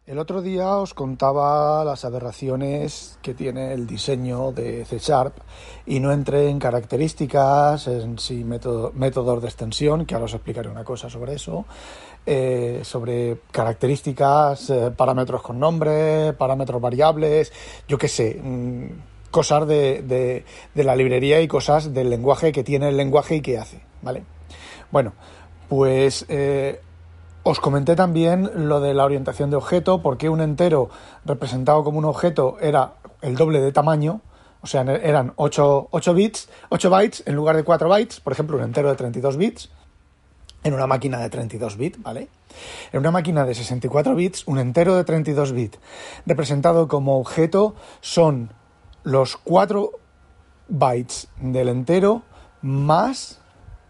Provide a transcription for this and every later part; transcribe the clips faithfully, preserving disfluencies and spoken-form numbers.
El otro día os contaba las aberraciones que tiene el diseño de C Sharp y no entré en características, en sí método, métodos de extensión, que ahora os explicaré una cosa sobre eso, eh, sobre características, eh, parámetros con nombre, parámetros variables, yo qué sé, mmm, cosas de, de, de la librería y cosas del lenguaje que tiene el lenguaje y que hace, ¿vale? Bueno, pues... Eh, Os comenté también lo de la orientación de objeto, porque un entero representado como un objeto era el doble de tamaño, o sea, eran ocho bits, ocho bytes en lugar de cuatro bytes, por ejemplo, un entero de treinta y dos bits, en una máquina de treinta y dos bits, ¿vale? En una máquina de sesenta y cuatro bits, un entero de treinta y dos bits representado como objeto son los cuatro bytes del entero más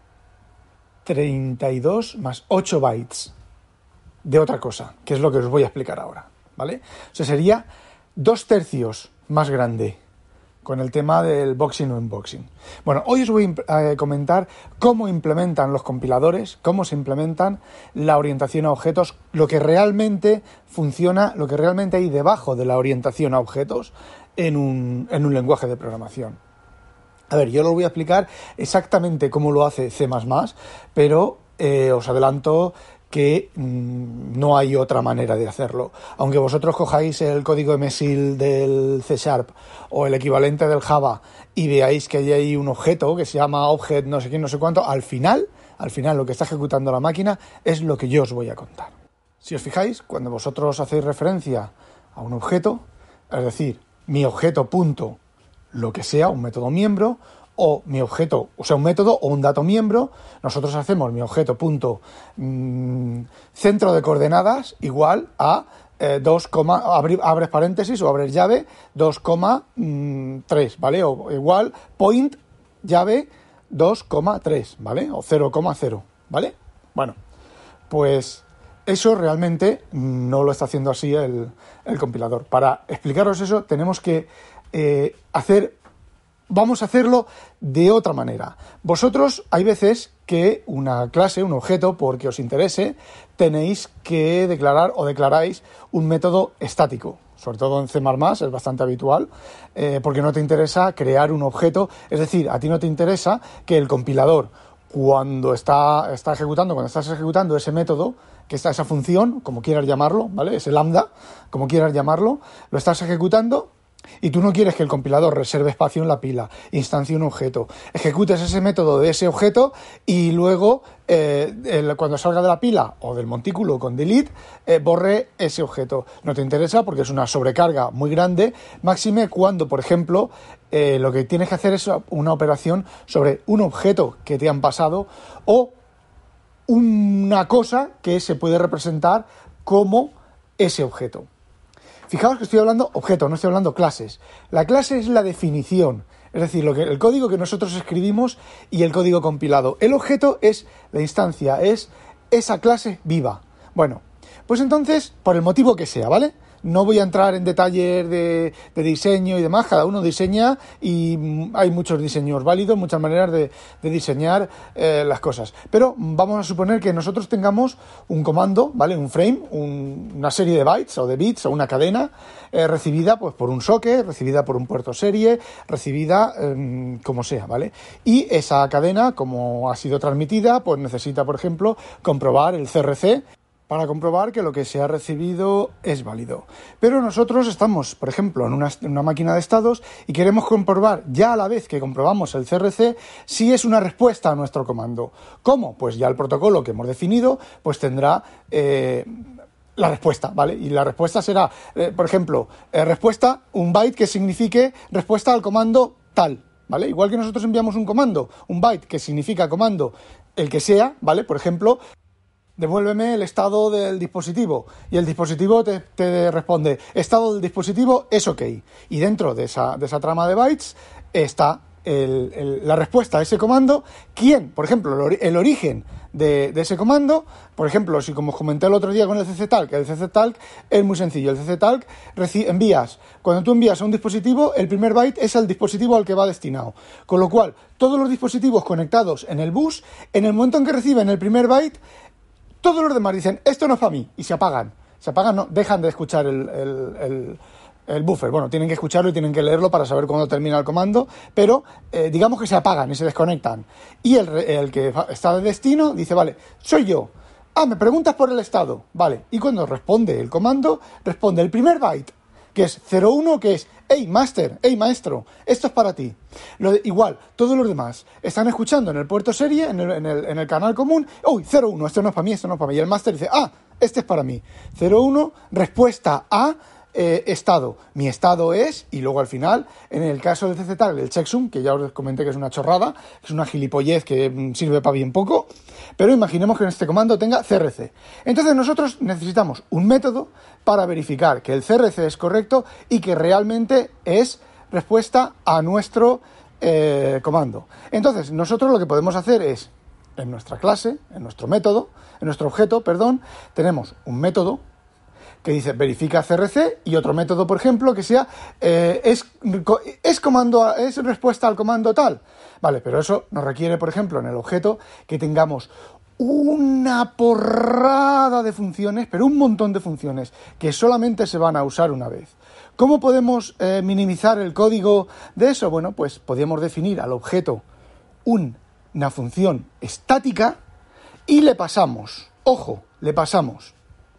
treinta y dos más ocho bytes de otra cosa, que es lo que os voy a explicar ahora, ¿vale? O sea, sería dos tercios más grande con el tema del boxing o unboxing. Bueno, hoy os voy a comentar cómo implementan los compiladores, cómo se implementan la orientación a objetos, lo que realmente funciona, lo que realmente hay debajo de la orientación a objetos en un, en un lenguaje de programación. A ver, yo os voy a explicar exactamente cómo lo hace C más más, pero eh, os adelanto que mmm, no hay otra manera de hacerlo. Aunque vosotros cojáis el código M S I L del C Sharp o el equivalente del Java y veáis que hay ahí un objeto que se llama object no sé qué, no sé cuánto, al final, al final lo que está ejecutando la máquina es lo que yo os voy a contar. Si os fijáis, cuando vosotros hacéis referencia a un objeto, es decir, mi objeto punto lo que sea, un método miembro, o mi objeto, o sea, un método o un dato miembro, nosotros hacemos mi objeto punto mmm, centro de coordenadas igual a eh, dos, abrir, abres paréntesis o abres llave dos coma tres, ¿vale? O igual point llave dos coma tres, ¿vale? O cero coma cero, ¿vale? Bueno, pues eso realmente no lo está haciendo así el, el compilador. Para explicaros eso tenemos que eh, hacer... Vamos a hacerlo de otra manera. Vosotros hay veces que una clase, un objeto, porque os interese, tenéis que declarar o declaráis un método estático. Sobre todo en C más más es bastante habitual, eh, porque no te interesa crear un objeto. Es decir, a ti no te interesa que el compilador, cuando está, está ejecutando, cuando estás ejecutando ese método, que está esa función, como quieras llamarlo, ¿vale? Ese lambda, como quieras llamarlo, lo estás ejecutando. Y tú no quieres que el compilador reserve espacio en la pila, instancie un objeto, ejecutes ese método de ese objeto y luego eh, el, cuando salga de la pila o del montículo con delete, eh, borre ese objeto. No te interesa porque es una sobrecarga muy grande, máxime cuando, por ejemplo, eh, lo que tienes que hacer es una operación sobre un objeto que te han pasado o una cosa que se puede representar como ese objeto. Fijaos que estoy hablando objetos, no estoy hablando clases. La clase es la definición, es decir, lo que, el código que nosotros escribimos y el código compilado. El objeto es la instancia, es esa clase viva. Bueno, pues entonces, por el motivo que sea, ¿vale? No voy a entrar en detalles de, de diseño y demás, cada uno diseña y hay muchos diseños válidos, muchas maneras de, de diseñar eh, las cosas. Pero vamos a suponer que nosotros tengamos un comando, ¿vale? Un frame, un, una serie de bytes o de bits o una cadena eh, recibida pues, por un socket, recibida por un puerto serie, recibida eh, como sea, ¿vale? Y esa cadena, como ha sido transmitida, pues necesita, por ejemplo, comprobar el C R C, para comprobar que lo que se ha recibido es válido. Pero nosotros estamos, por ejemplo, en una, en una máquina de estados y queremos comprobar, ya a la vez que comprobamos el C R C, si es una respuesta a nuestro comando. ¿Cómo? Pues ya el protocolo que hemos definido, pues tendrá eh, la respuesta, ¿vale? Y la respuesta será, eh, por ejemplo, eh, respuesta, un byte que signifique respuesta al comando tal, ¿vale? Igual que nosotros enviamos un comando, un byte que significa comando, el que sea, ¿vale? Por ejemplo, devuélveme el estado del dispositivo y el dispositivo te, te responde estado del dispositivo es ok y dentro de esa, de esa trama de bytes está el, el, la respuesta a ese comando. ¿Quién? Por ejemplo, el, el origen de, de ese comando. Por ejemplo, si como os comenté el otro día con el cctalk, el cctalk es muy sencillo. El cctalk reci- envías, cuando tú envías a un dispositivo, el primer byte es el dispositivo al que va destinado. Con lo cual, todos los dispositivos conectados en el bus, en el momento en que reciben el primer byte, todos los demás dicen, esto no es para mí, y se apagan. se apagan, no, dejan de escuchar el, el, el, el buffer. Bueno, tienen que escucharlo y tienen que leerlo para saber cuándo termina el comando, pero eh, digamos que se apagan y se desconectan. Y el, el que está de destino dice, vale, soy yo. Ah, me preguntas por el estado. Vale, y cuando responde el comando, responde el primer byte, que es cero uno, que es, hey, master, hey, maestro, esto es para ti. Lo de, igual, todos los demás están escuchando en el puerto serie, en el, en el, en el canal común, uy, cero uno, esto no es para mí, esto no es para mí. Y el master dice, ah, este es para mí. cero uno, respuesta a eh, estado. Mi estado es, y luego al final, en el caso del C C Tag, el checksum, que ya os comenté que es una chorrada, es una gilipollez que mm, sirve para bien poco, pero imaginemos que en este comando tenga C R C. Entonces nosotros necesitamos un método para verificar que el C R C es correcto y que realmente es respuesta a nuestro eh, comando. Entonces nosotros lo que podemos hacer es, en nuestra clase, en nuestro método, en nuestro objeto, perdón, tenemos un método que dice verifica C R C y otro método, por ejemplo, que sea eh, es, es, comando, es respuesta al comando tal. Vale, pero eso nos requiere, por ejemplo, en el objeto que tengamos una porrada de funciones, pero un montón de funciones que solamente se van a usar una vez. ¿Cómo podemos eh, minimizar el código de eso? Bueno, pues podríamos definir al objeto un, una función estática y le pasamos, ojo, le pasamos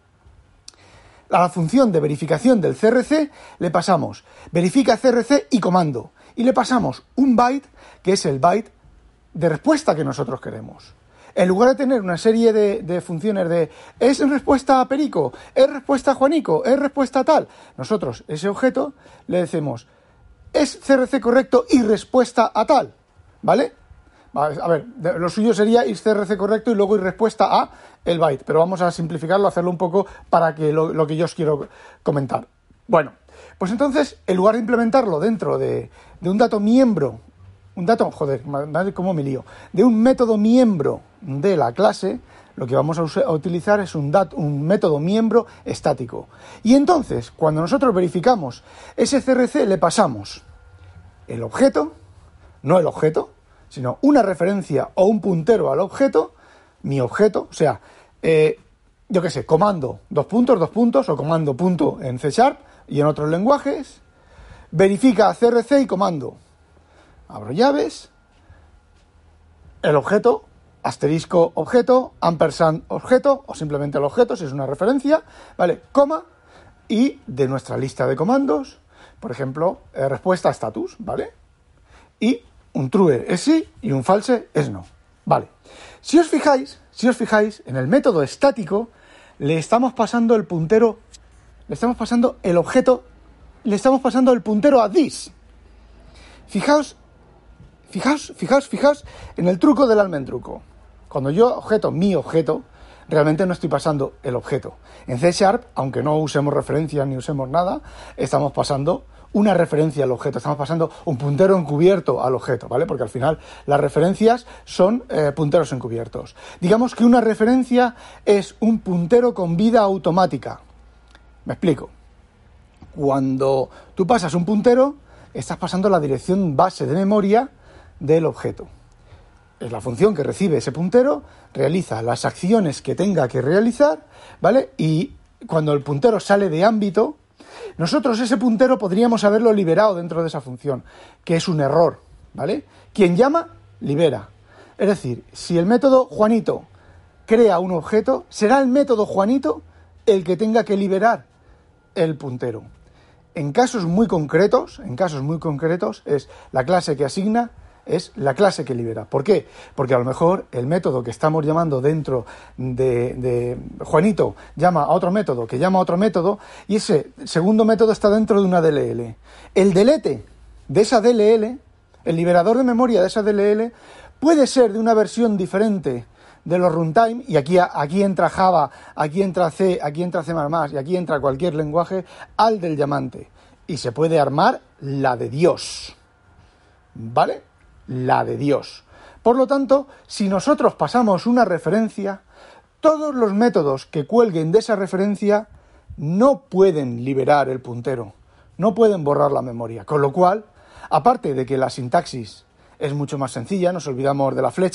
a la función de verificación del C R C, le pasamos verifica C R C y comando. Y le pasamos un byte, que es el byte de respuesta que nosotros queremos. En lugar de tener una serie de, de funciones de es respuesta a Perico, es respuesta a Juanico, es respuesta a tal, nosotros ese objeto le decimos es C R C correcto y respuesta a tal, ¿vale? A ver, lo suyo sería is C R C correcto y luego y respuesta a el byte, pero vamos a simplificarlo, hacerlo un poco para que lo, lo que yo os quiero comentar. Bueno, pues entonces, en lugar de implementarlo dentro de, de un dato miembro, un dato, joder, madre cómo me lío, de un método miembro de la clase, lo que vamos a, usar, a utilizar es un, dat, un método miembro estático. Y entonces, cuando nosotros verificamos ese C R C, le pasamos el objeto, no el objeto, sino una referencia o un puntero al objeto, mi objeto, o sea, eh, yo qué sé, comando, dos puntos, dos puntos, o comando punto en C Sharp y en otros lenguajes, verifica C R C y comando. Abro llaves, el objeto, asterisco objeto, ampersand objeto, o simplemente el objeto, si es una referencia, ¿vale? Coma, y de nuestra lista de comandos, por ejemplo, eh, respuesta a status, ¿vale? Y un true es sí y un false es no. Vale. Si os fijáis, si os fijáis, en el método estático le estamos pasando el puntero, le estamos pasando el objeto, le estamos pasando el puntero a this. Fijaos, fijaos, fijaos, fijaos en el truco del almendruco. Cuando yo objeto, mi objeto, realmente no estoy pasando el objeto. En C Sharp, aunque no usemos referencias ni usemos nada, estamos pasando una referencia al objeto, estamos pasando un puntero encubierto al objeto, ¿vale? Porque al final las referencias son eh, punteros encubiertos. Digamos que una referencia es un puntero con vida automática. Me explico. Cuando tú pasas un puntero, estás pasando la dirección base de memoria del objeto. Es la función que recibe ese puntero, realiza las acciones que tenga que realizar, ¿vale? Y cuando el puntero sale de ámbito, nosotros ese puntero podríamos haberlo liberado dentro de esa función, que es un error, ¿vale? Quien llama, libera. Es decir, si el método Juanito crea un objeto, será el método Juanito el que tenga que liberar el puntero. En casos muy concretos, en casos muy concretos, es la clase que asigna, es la clase que libera. ¿Por qué? Porque a lo mejor el método que estamos llamando dentro de, de Juanito llama a otro método, que llama a otro método, y ese segundo método está dentro de una D L L. El delete de esa D L L, el liberador de memoria de esa D L L, puede ser de una versión diferente de los runtime, y aquí, aquí entra Java, aquí entra C, aquí entra C más más, y aquí entra cualquier lenguaje, al del llamante. Y se puede armar la de Dios. ¿Vale? La de Dios. Por lo tanto, si nosotros pasamos una referencia, todos los métodos que cuelguen de esa referencia no pueden liberar el puntero, no pueden borrar la memoria. Con lo cual, aparte de que la sintaxis es mucho más sencilla, nos olvidamos de la flecha,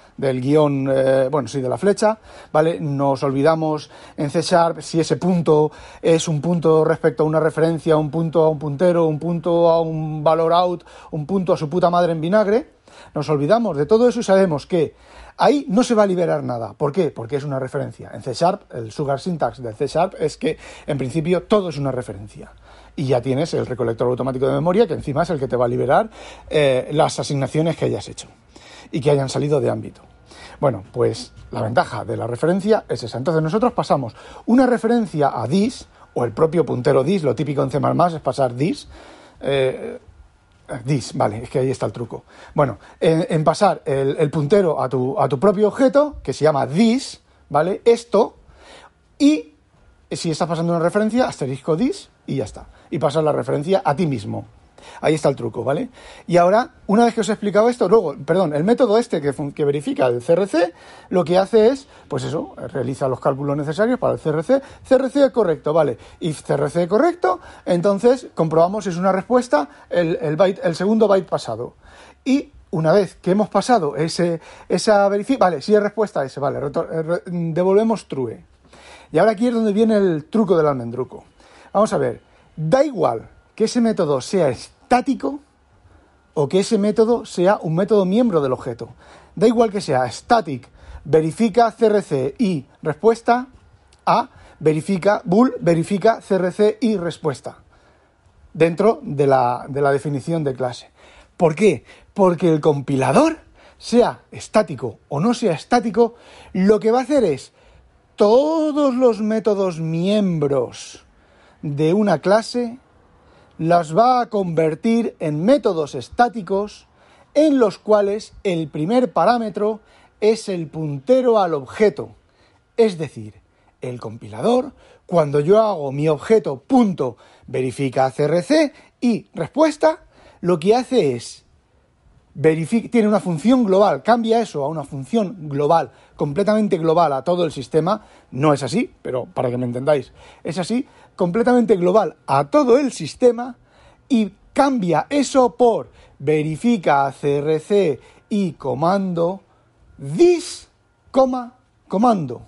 del guión, eh, bueno, sí, de la flecha, ¿vale? Nos olvidamos en C Sharp si ese punto es un punto respecto a una referencia, un punto a un puntero, un punto a un valor out, un punto a su puta madre en vinagre. Nos olvidamos de todo eso y sabemos que ahí no se va a liberar nada. ¿Por qué? Porque es una referencia. En C Sharp, el sugar syntax del C Sharp es que, en principio, todo es una referencia. Y ya tienes el recolector automático de memoria, que encima es el que te va a liberar eh, las asignaciones que hayas hecho y que hayan salido de ámbito. Bueno, pues la ventaja de la referencia es esa. Entonces nosotros pasamos una referencia a this, o el propio puntero this, lo típico en C más más es pasar this, eh, this, vale, es que ahí está el truco. Bueno, en, en pasar el, el puntero a tu, a tu propio objeto, que se llama this, ¿vale? Esto, y si estás pasando una referencia, asterisco this, y ya está. Y pasas la referencia a ti mismo. Ahí está el truco, ¿vale? Y ahora, una vez que os he explicado esto, luego, perdón, el método este que, que verifica el C R C, lo que hace es, pues eso, realiza los cálculos necesarios para el C R C. C R C correcto, ¿vale? Y C R C correcto, entonces comprobamos si es una respuesta el, el, byte, el segundo byte pasado. Y una vez que hemos pasado ese, esa verificación, vale, si es respuesta ese, vale, re, devolvemos true. Y ahora aquí es donde viene el truco del almendruco. Vamos a ver, da igual que ese método sea estático o que ese método sea un método miembro del objeto. Da igual que sea static, verifica C R C y respuesta a, verifica bool, verifica C R C y respuesta dentro de la, de la definición de clase. ¿Por qué? Porque el compilador, sea estático o no sea estático, lo que va a hacer es todos los métodos miembros de una clase las va a convertir en métodos estáticos en los cuales el primer parámetro es el puntero al objeto. Es decir, el compilador, cuando yo hago mi objeto punto verifica C R C y respuesta, lo que hace es verifica, tiene una función global, cambia eso a una función global, completamente global a todo el sistema. No es así, pero para que me entendáis, es así, completamente global a todo el sistema, y cambia eso por verifica C R C y comando this, coma, comando.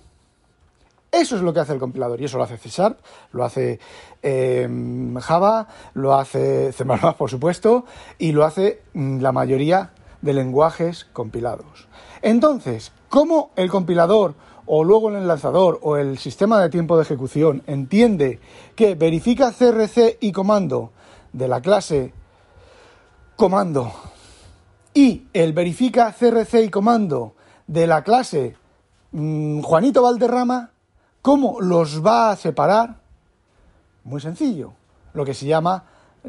Eso es lo que hace el compilador, y eso lo hace C Sharp, lo hace eh, Java, lo hace C más más, por supuesto, y lo hace mm, la mayoría de lenguajes compilados. Entonces, ¿cómo el compilador o luego el enlazador o el sistema de tiempo de ejecución entiende que verifica C R C y comando de la clase comando y el verifica C R C y comando de la clase mmm, Juanito Valderrama? ¿Cómo los va a separar? Muy sencillo, lo que se llama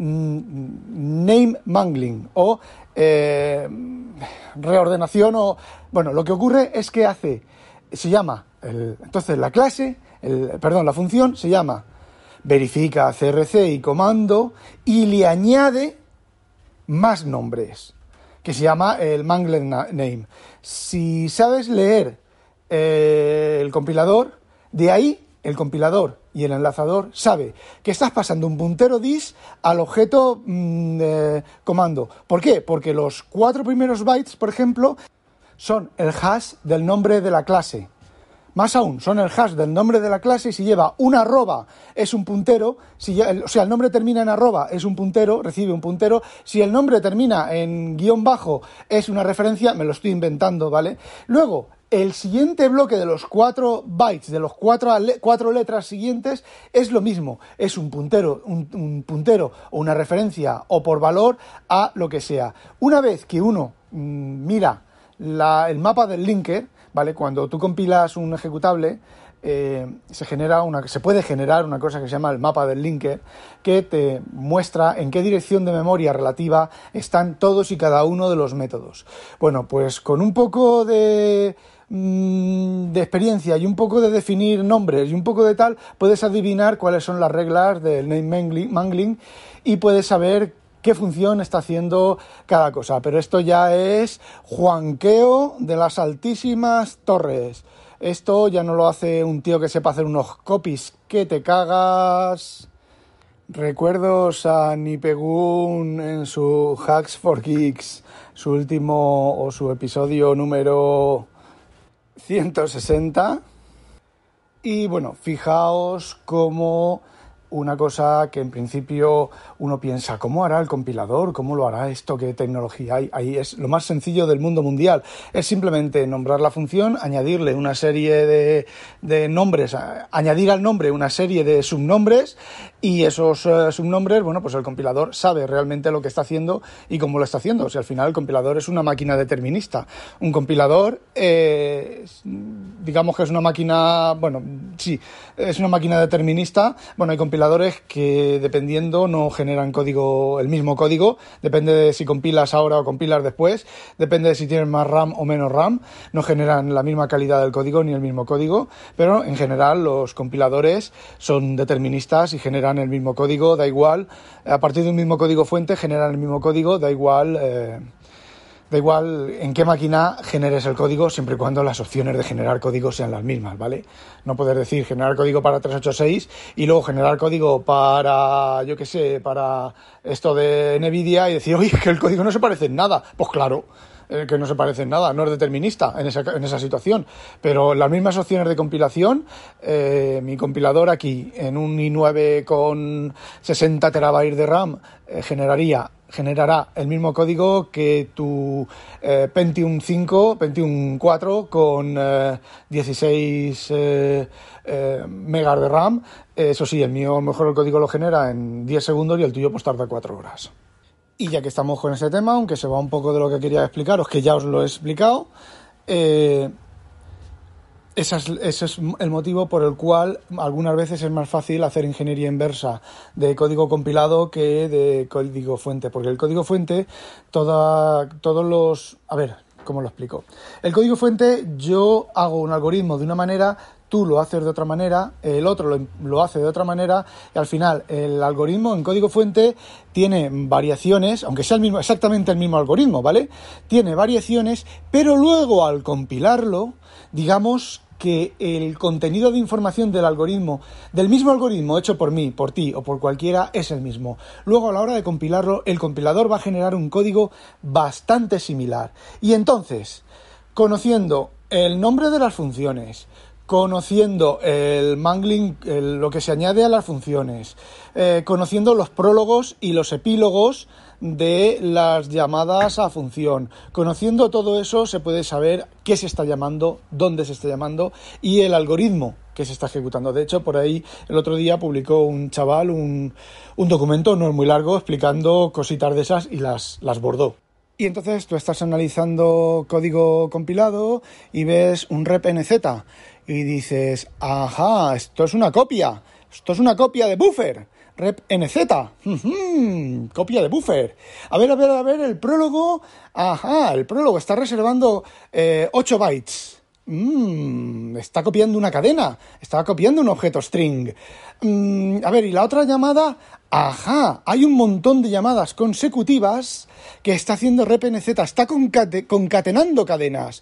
name mangling o eh, reordenación, o bueno, lo que ocurre es que hace, se llama, el, entonces la clase, el, perdón, la función se llama verifica C R C y comando y le añade más nombres, que se llama el mangling name. Si sabes leer eh, el compilador, de ahí el compilador y el enlazador sabe que estás pasando un puntero this al objeto mmm, eh, comando. ¿Por qué? Porque los cuatro primeros bytes, por ejemplo, son el hash del nombre de la clase. Más aún, son el hash del nombre de la clase, y si lleva una arroba es un puntero, si ya, o sea, el nombre termina en arroba es un puntero, recibe un puntero, si el nombre termina en guión bajo es una referencia, me lo estoy inventando, ¿vale? Luego, el siguiente bloque de los cuatro bytes, de los cuatro, cuatro letras siguientes, es lo mismo. Es un puntero, un, un puntero o una referencia o por valor a lo que sea. Una vez que uno mmm, mira la, el mapa del linker, ¿vale? Cuando tú compilas un ejecutable, eh, se genera una, se puede generar una cosa que se llama el mapa del linker, que te muestra en qué dirección de memoria relativa están todos y cada uno de los métodos. Bueno, pues con un poco de de experiencia y un poco de definir nombres y un poco de tal, puedes adivinar cuáles son las reglas del name mangling y puedes saber qué función está haciendo cada cosa. Pero esto ya es juanqueo de las altísimas torres. Esto ya no lo hace un tío que sepa hacer unos copies que te cagas. Recuerdos a Nipegun en su Hacks for Geeks, su último o su episodio número ciento sesenta. Y bueno, fijaos cómo una cosa que en principio uno piensa, ¿cómo hará el compilador? ¿Cómo lo hará esto? ¿Qué tecnología hay? Ahí es lo más sencillo del mundo mundial. Es simplemente nombrar la función, añadirle una serie de, de nombres, añadir al nombre una serie de subnombres, y esos uh, subnombres, bueno, pues el compilador sabe realmente lo que está haciendo y cómo lo está haciendo. O sea, al final el compilador es una máquina determinista. Un compilador, eh, digamos que es una máquina, bueno, sí, es una máquina determinista. Bueno, hay compiladores que, dependiendo, no generan código, el mismo código, depende de si compilas ahora o compilas después, depende de si tienes más RAM o menos RAM, no generan la misma calidad del código ni el mismo código, pero en general los compiladores son deterministas y generan el mismo código, da igual, a partir de un mismo código fuente generan el mismo código, da igual... Eh, Da igual en qué máquina generes el código, siempre y cuando las opciones de generar código sean las mismas, ¿vale? No poder decir generar código para trescientos ochenta y seis y luego generar código para, yo qué sé, para esto de NVIDIA y decir, oye, que el código no se parece en nada. Pues claro, eh, que no se parece en nada, no es determinista en esa, en esa situación. Pero las mismas opciones de compilación, eh, mi compilador aquí en un i nueve con sesenta terabytes de RAM eh, generaría generará el mismo código que tu eh, Pentium cinco, Pentium cuatro con eh, dieciséis eh, eh, megas de RAM. Eso sí, el mío mejor el código lo genera en diez segundos y el tuyo pues tarda cuatro horas. Y ya que estamos con ese tema, aunque se va un poco de lo que quería explicaros, que ya os lo he explicado, eh, Ese es, ese es el motivo por el cual algunas veces es más fácil hacer ingeniería inversa de código compilado que de código fuente, porque el código fuente, toda, todos los... A ver, ¿cómo lo explico? El código fuente, yo hago un algoritmo de una manera, tú lo haces de otra manera, el otro lo, lo hace de otra manera, y al final el algoritmo en código fuente tiene variaciones, aunque sea el mismo, exactamente el mismo algoritmo, ¿vale? Tiene variaciones, pero luego al compilarlo, digamos que el contenido de información del algoritmo, del mismo algoritmo hecho por mí, por ti o por cualquiera, es el mismo. Luego, a la hora de compilarlo, el compilador va a generar un código bastante similar. Y entonces, conociendo el nombre de las funciones, conociendo el mangling, el, lo que se añade a las funciones, eh, conociendo los prólogos y los epílogos de las llamadas a función. Conociendo todo eso se puede saber qué se está llamando, dónde se está llamando y el algoritmo que se está ejecutando. De hecho, por ahí el otro día publicó un chaval un, un documento, no es muy largo, explicando cositas de esas y las, las bordó. Y entonces tú estás analizando código compilado y ves un rep N Z y dices, ajá, esto es una copia, esto es una copia de buffer. Rep N Z, uh-huh, copia de buffer. A ver, a ver, a ver, el prólogo. Ajá, el prólogo está reservando eh, ocho bytes. Mm, está copiando una cadena, está copiando un objeto string. Mm, a ver, ¿y la otra llamada? Ajá, hay un montón de llamadas consecutivas que está haciendo Rep N Z, está concate- concatenando cadenas.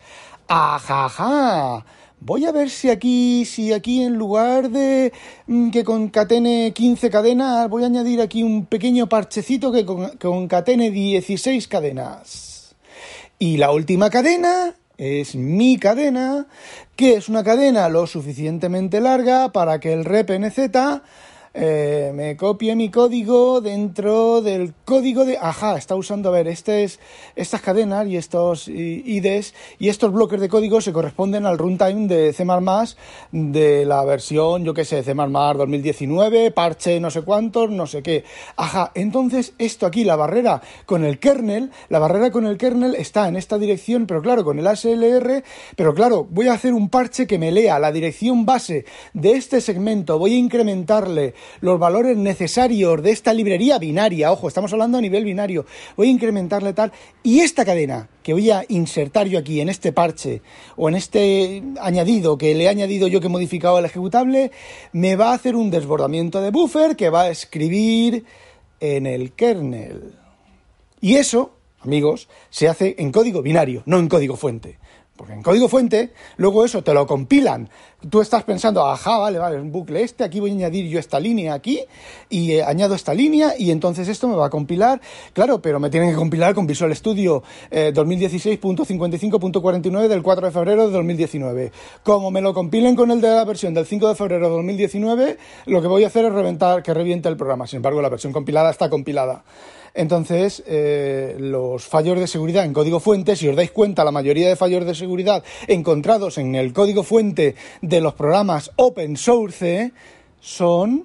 Ajaja. Voy a ver si aquí, si aquí en lugar de mm, que concatene quince cadenas, voy a añadir aquí un pequeño parchecito que con, concatene dieciséis cadenas. Y la última cadena es mi cadena, que es una cadena lo suficientemente larga para que el rep N Z eh, me copie mi código dentro del código de... Ajá, está usando, a ver, este es, estas cadenas y estos I Ds y estos bloques de código se corresponden al runtime de C++ de la versión, yo qué sé, C++ dos mil diecinueve, parche no sé cuántos, no sé qué. Ajá, entonces esto aquí, la barrera con el kernel, la barrera con el kernel está en esta dirección, pero claro, con el A S L R, pero claro, voy a hacer un parche que me lea la dirección base de este segmento, voy a incrementarle los valores necesarios de esta librería binaria, ojo, estamos hablando a nivel binario, voy a incrementarle tal, y esta cadena que voy a insertar yo aquí en este parche o en este añadido que le he añadido yo que he modificado el ejecutable, me va a hacer un desbordamiento de buffer que va a escribir en el kernel. Y eso, amigos, se hace en código binario, no en código fuente. Porque en código fuente, luego eso te lo compilan tú estás pensando, ajá, vale, vale, es un bucle este, aquí voy a añadir yo esta línea aquí, y eh, añado esta línea, y entonces esto me va a compilar, claro, pero me tienen que compilar con Visual Studio eh, dos mil dieciséis punto cincuenta y cinco punto cuarenta y nueve del cuatro de febrero de dos mil diecinueve. Como me lo compilen con el de la versión del cinco de febrero de dos mil diecinueve, lo que voy a hacer es reventar, que reviente el programa. Sin embargo, la versión compilada está compilada. Entonces, eh, los fallos de seguridad en código fuente, si os dais cuenta, la mayoría de fallos de seguridad encontrados en el código fuente de los programas open source son...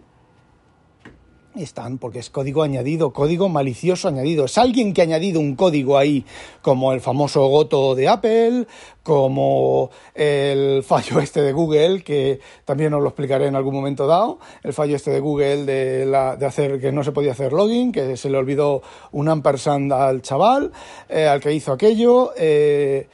están porque es código añadido, código malicioso añadido. Es alguien que ha añadido un código ahí, como el famoso Goto de Apple, como el fallo este de Google, que también os lo explicaré en algún momento dado, el fallo este de Google de, la, de hacer que no se podía hacer login, que se le olvidó un ampersand al chaval, eh, al que hizo aquello. Eh,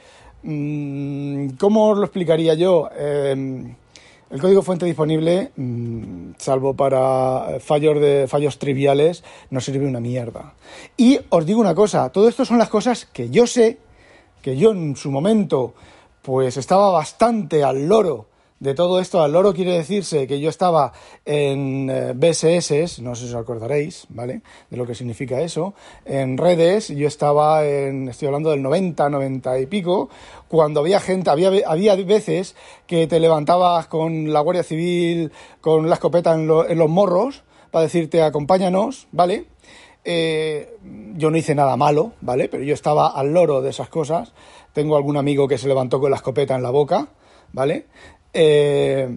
¿Cómo os lo explicaría yo? Eh, El código fuente disponible, salvo para fallos de fallos triviales, no sirve una mierda. Y os digo una cosa, todo esto son las cosas que yo sé, que yo en su momento pues estaba bastante al loro de todo esto. Al loro quiere decirse que yo estaba en B S S, no sé si os acordaréis, ¿vale?, de lo que significa eso. En redes, yo estaba en, estoy hablando del noventa, noventa y pico, cuando había gente, había, había veces que te levantabas con la Guardia Civil, con la escopeta en, lo, en los morros, para decirte acompáñanos, ¿vale? Eh, yo no hice nada malo, ¿vale? Pero yo estaba al loro de esas cosas. Tengo algún amigo que se levantó con la escopeta en la boca, ¿vale? Eh,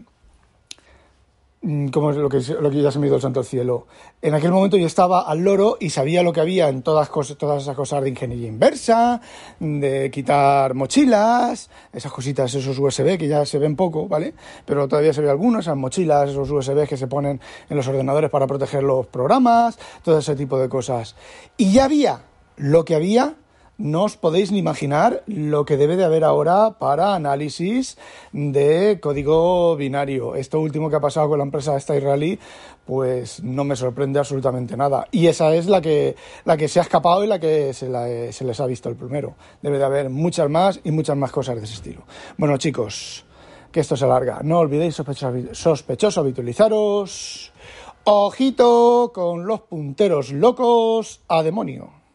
como es lo que, lo que ya se me ha ido el santo al cielo. En aquel momento yo estaba al loro y sabía lo que había en todas, cosas, todas esas cosas de ingeniería inversa, de quitar mochilas, esas cositas, esos U S B que ya se ven poco, ¿vale? Pero todavía se ve algunos, esas mochilas, esos U S B que se ponen en los ordenadores para proteger los programas, todo ese tipo de cosas. Y ya había lo que había. No os podéis ni imaginar lo que debe de haber ahora para análisis de código binario. Esto último que ha pasado con la empresa esta israelí, pues no me sorprende absolutamente nada. Y esa es la que, la que se ha escapado y la que se, la, se les ha visto el primero. Debe de haber muchas más y muchas más cosas de ese estilo. Bueno, chicos, que esto se alarga. No olvidéis, sospechosos, sospechosos habitualizaros. Ojito con los punteros locos a demonio.